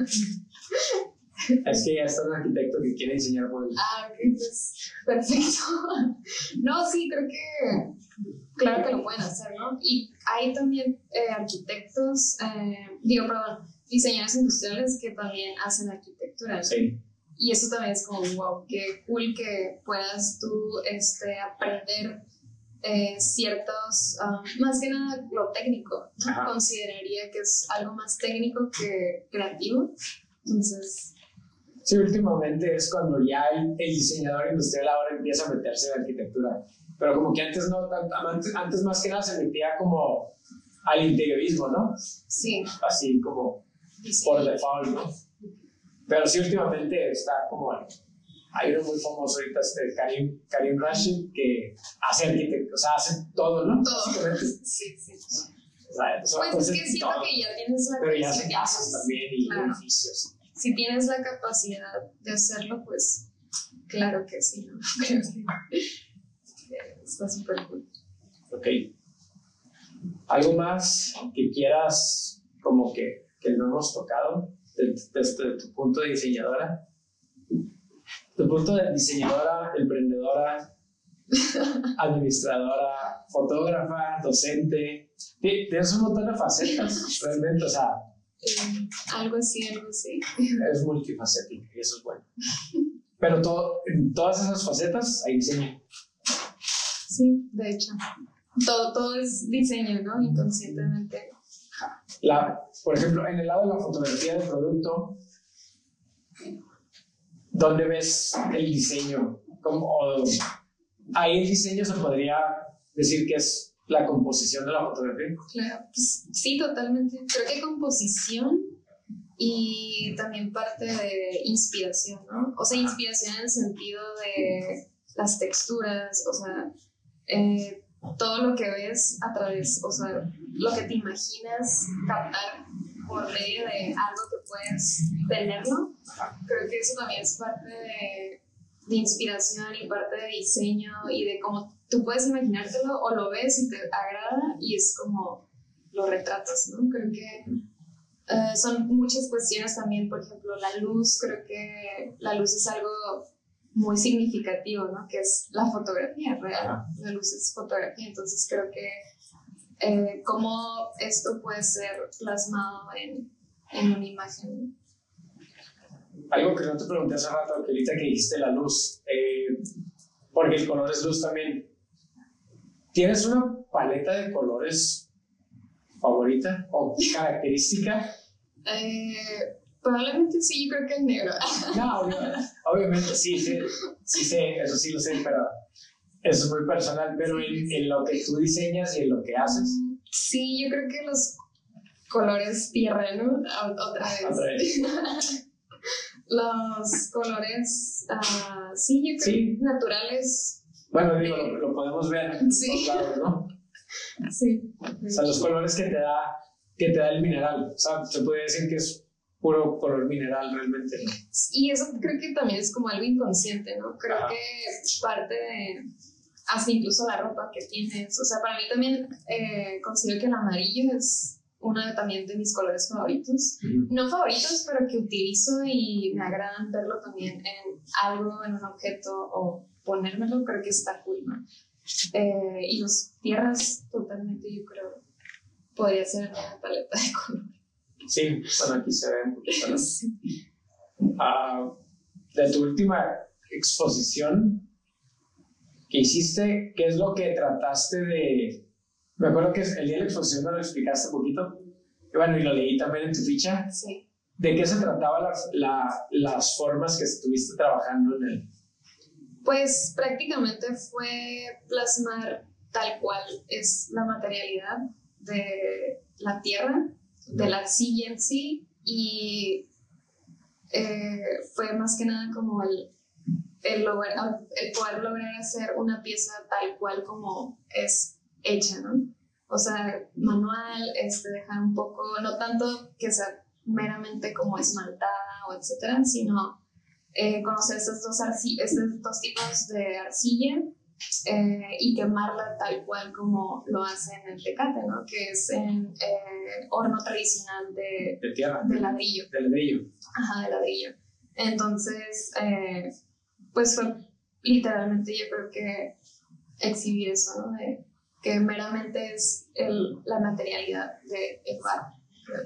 Speaker 2: Es que ya está un arquitecto que quiere diseñar mobiliario.
Speaker 3: Ah, ok, pues perfecto. No, sí, creo que claro que lo pueden hacer, ¿no? Y hay también eh, arquitectos, eh, digo, perdón, diseñadores industriales que también hacen arquitectura, ¿no?
Speaker 2: Sí.
Speaker 3: Y eso también es como, wow, qué cool que puedas tú este, aprender eh, ciertos, um, más que nada lo técnico, ¿no?
Speaker 2: Ajá.
Speaker 3: Consideraría que es algo más técnico que creativo, entonces...
Speaker 2: Sí, últimamente es cuando ya el, el diseñador industrial ahora empieza a meterse en arquitectura, pero como que antes no, antes, antes más que nada se metía como al interiorismo, ¿no?
Speaker 3: Sí.
Speaker 2: Así como
Speaker 3: Sí.
Speaker 2: por default, ¿no? Pero sí, últimamente está como, hay uno muy famoso ahorita, este Karim, Karim Rashid, que hace arquitectura, o sea, hace todo, ¿no?
Speaker 3: Todo.
Speaker 2: Básicamente.
Speaker 3: Sí, sí.
Speaker 2: O sea, eso va a
Speaker 3: Pues es
Speaker 2: hacer
Speaker 3: que siento
Speaker 2: todo.
Speaker 3: que ya tienes la
Speaker 2: Pero ya hace
Speaker 3: capacidad.
Speaker 2: casas también y
Speaker 3: Claro.
Speaker 2: edificios.
Speaker 3: Si tienes la capacidad de hacerlo, pues claro que sí, ¿no? Creo que está súper cool.
Speaker 2: Ok. ¿Algo más que quieras, como que, que no hemos tocado desde, desde tu punto de diseñadora? Tu punto de diseñadora, emprendedora, administradora, fotógrafa, docente. Tienes un montón de facetas, realmente, o sea.
Speaker 3: Eh, algo así, algo así.
Speaker 2: Es multifacética y eso es bueno. Pero todo, en todas esas facetas hay diseño.
Speaker 3: Sí, de hecho. Todo, todo es diseño, ¿no? Inconscientemente.
Speaker 2: La, por ejemplo, en el lado de la fotografía del producto, ¿dónde ves el diseño? ¿Cómo, o, ahí el diseño se podría decir que es la composición de la fotografía.
Speaker 3: Claro, pues sí, totalmente. Creo que composición y también parte de inspiración, ¿no? O sea, inspiración en el sentido de las texturas, o sea, eh, todo lo que ves a través, o sea, lo que te imaginas captar por medio de algo que puedes tenerlo. Creo que eso también es parte de, de inspiración y parte de diseño y de cómo tú puedes imaginártelo o lo ves y te agrada y es como lo retratas, ¿no? Creo que uh, son muchas cuestiones también, por ejemplo, la luz, creo que la luz es algo muy significativo, ¿no? Que es la fotografía real, la luz es fotografía, entonces creo que eh, cómo esto puede ser plasmado en, en una imagen.
Speaker 2: Algo que no te pregunté hace rato, que ahorita que dijiste la luz, eh, porque el color es luz también. ¿Tienes una paleta de colores favorita o característica?
Speaker 3: Eh, probablemente sí, yo creo que el negro.
Speaker 2: No, obviamente, obviamente sí, sí, sí sé, eso sí lo sé, pero eso es muy personal. Pero en, en lo que tú diseñas y en lo que haces.
Speaker 3: Sí, yo creo que los colores tierra, ¿no? Otra vez. Otra vez. Los colores, uh, sí, yo creo
Speaker 2: sí.
Speaker 3: naturales.
Speaker 2: Bueno, digo, lo, lo podemos ver en
Speaker 3: sí.
Speaker 2: todos lados, ¿no?
Speaker 3: Sí.
Speaker 2: O sea, los colores que te da, que te da el mineral. O sea, se puede decir que es puro color mineral realmente, ¿no?
Speaker 3: Y eso creo que también es como algo inconsciente, ¿no? Creo
Speaker 2: Ajá.
Speaker 3: que parte de, hasta incluso la ropa que tienes. O sea, para mí también eh, considero que el amarillo es uno de, también de mis colores favoritos.
Speaker 2: Uh-huh.
Speaker 3: No favoritos, pero que utilizo y me agradan verlo también en algo, en un objeto o ponérmelo, creo que está cool, ¿no? Eh, y los tierras, totalmente, yo creo, podría ser una paleta de color.
Speaker 2: Sí, bueno, aquí se ve un poquito, ¿no?
Speaker 3: Sí.
Speaker 2: Uh, de tu última exposición que hiciste, ¿qué es lo que trataste de...? Me acuerdo que el día de la exposición me lo explicaste un poquito, y bueno, y lo leí también en tu ficha.
Speaker 3: Sí.
Speaker 2: ¿De qué se trataba la, la, las formas que estuviste trabajando en él?
Speaker 3: Pues prácticamente fue plasmar tal cual es la materialidad de la tierra, de la arcilla en sí, y eh, fue más que nada como el, el, lograr, el poder lograr hacer una pieza tal cual como es hecha, ¿no? O sea, manual, este, dejar un poco, no tanto que sea meramente como esmaltada o etcétera, sino Eh, conocer estos dos, arci- estos dos tipos de arcilla eh, y quemarla tal cual como lo hacen en el Tecate, ¿no? Que es en eh, horno tradicional de,
Speaker 2: de tierra,
Speaker 3: de ladrillo.
Speaker 2: De ladrillo.
Speaker 3: Ajá, de ladrillo. Entonces, eh, pues fue literalmente, yo creo que exhibir eso, ¿no? De, que meramente es el, la materialidad del barro.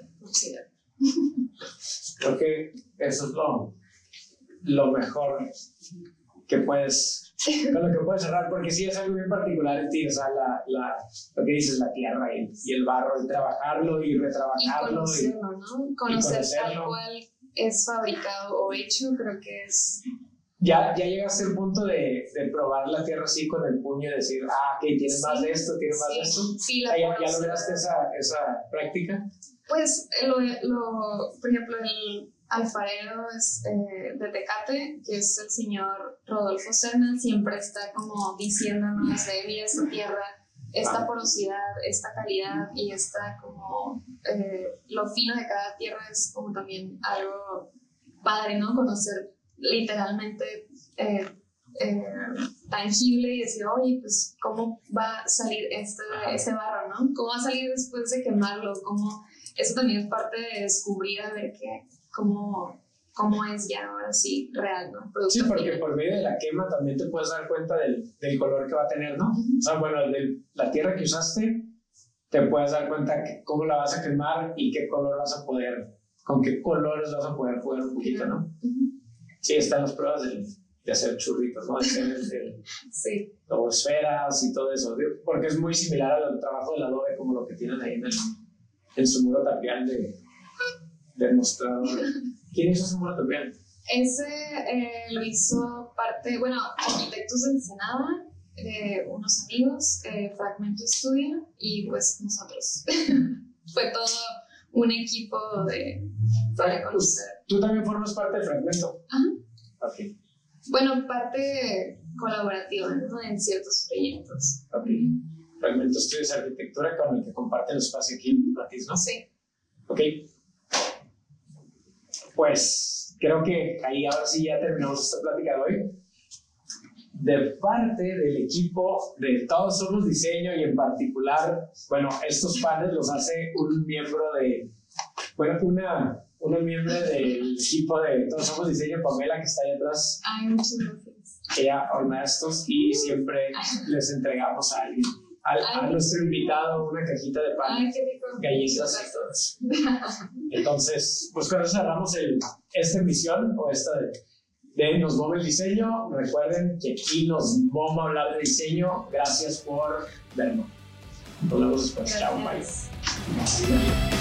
Speaker 2: Creo que eso es lo lo mejor que puedes, con lo que puedes cerrar, porque sí es algo bien particular en ti, o sea, la, la, lo que dices, la tierra y, y el barro, y trabajarlo y retrabajarlo.
Speaker 3: Y conocerlo,
Speaker 2: y,
Speaker 3: ¿no? Conocer
Speaker 2: y conocerlo.
Speaker 3: tal cual es fabricado o hecho, creo que es...
Speaker 2: Ya, ya llegaste al punto de, de probar la tierra así con el puño y decir, ah, ok, tiene sí, más de esto, tiene sí, más de esto.
Speaker 3: Sí, la
Speaker 2: ¿Ya, ya lograste esa, esa práctica?
Speaker 3: Pues, lo, lo, por ejemplo, el alfarero es, eh, de Tecate, que es el señor Rodolfo Serna, siempre está como diciéndonos de mira esta tierra, esta porosidad, esta calidad y esta como eh, lo fino de cada tierra es como también algo padre, ¿no? Conocer literalmente eh, eh, tangible y decir, oye, pues cómo va a salir este, este barro, ¿no? ¿Cómo va a salir después de quemarlo? ¿Cómo? Eso también es parte de descubrir a ver qué Cómo, cómo es ya ahora sí real, ¿no? Producto
Speaker 2: Sí, porque
Speaker 3: final.
Speaker 2: por medio de la quema también te puedes dar cuenta del, del color que va a tener, ¿no? O sea, bueno, de la tierra que usaste, te puedes dar cuenta que cómo la vas a quemar y qué color vas a poder, con qué colores vas a poder jugar un poquito, ¿no?
Speaker 3: Uh-huh.
Speaker 2: Sí, están las pruebas de, de hacer churritos, ¿no? De hacer de,
Speaker 3: Sí.
Speaker 2: o esferas y todo eso, porque es muy similar al trabajo del adobe como lo que tienen ahí en, el, en su muro tapial de, del mostrador. ¿Quién hizo su muro tapial?
Speaker 3: Ese eh, lo hizo parte, bueno, arquitectos de Ensenada, eh, unos amigos, eh, Fragmento Studio y pues nosotros. Fue todo un equipo de, para conocer.
Speaker 2: ¿Tú también formas parte del Fragmento?
Speaker 3: Ajá.
Speaker 2: Ok.
Speaker 3: Bueno, parte colaborativa, ¿no? En ciertos proyectos.
Speaker 2: Ok. Fragmento Studio es arquitectura con el que comparte el espacio aquí en Matiz, ¿no?
Speaker 3: Sí.
Speaker 2: Ok. Pues creo que ahí ahora sí ya terminamos esta plática de hoy. De parte del equipo de Todos Somos Diseño y en particular, bueno, estos paneles los hace un miembro de, bueno, una, una miembro del equipo de Todos Somos Diseño, Pamela, que está ahí atrás.
Speaker 3: Ay, muchas gracias.
Speaker 2: Ella hornea estos y siempre les entregamos a alguien, a, a nuestro invitado, una cajita de pan,
Speaker 3: Ay, qué rico.
Speaker 2: galletas y todo eso. Entonces, pues con eso cerramos el, esta emisión o esta de, de Nos Moma el Diseño. Recuerden que aquí nos moma hablar de diseño. Gracias por vernos. Nos vemos después. Chao, bye.
Speaker 3: Gracias.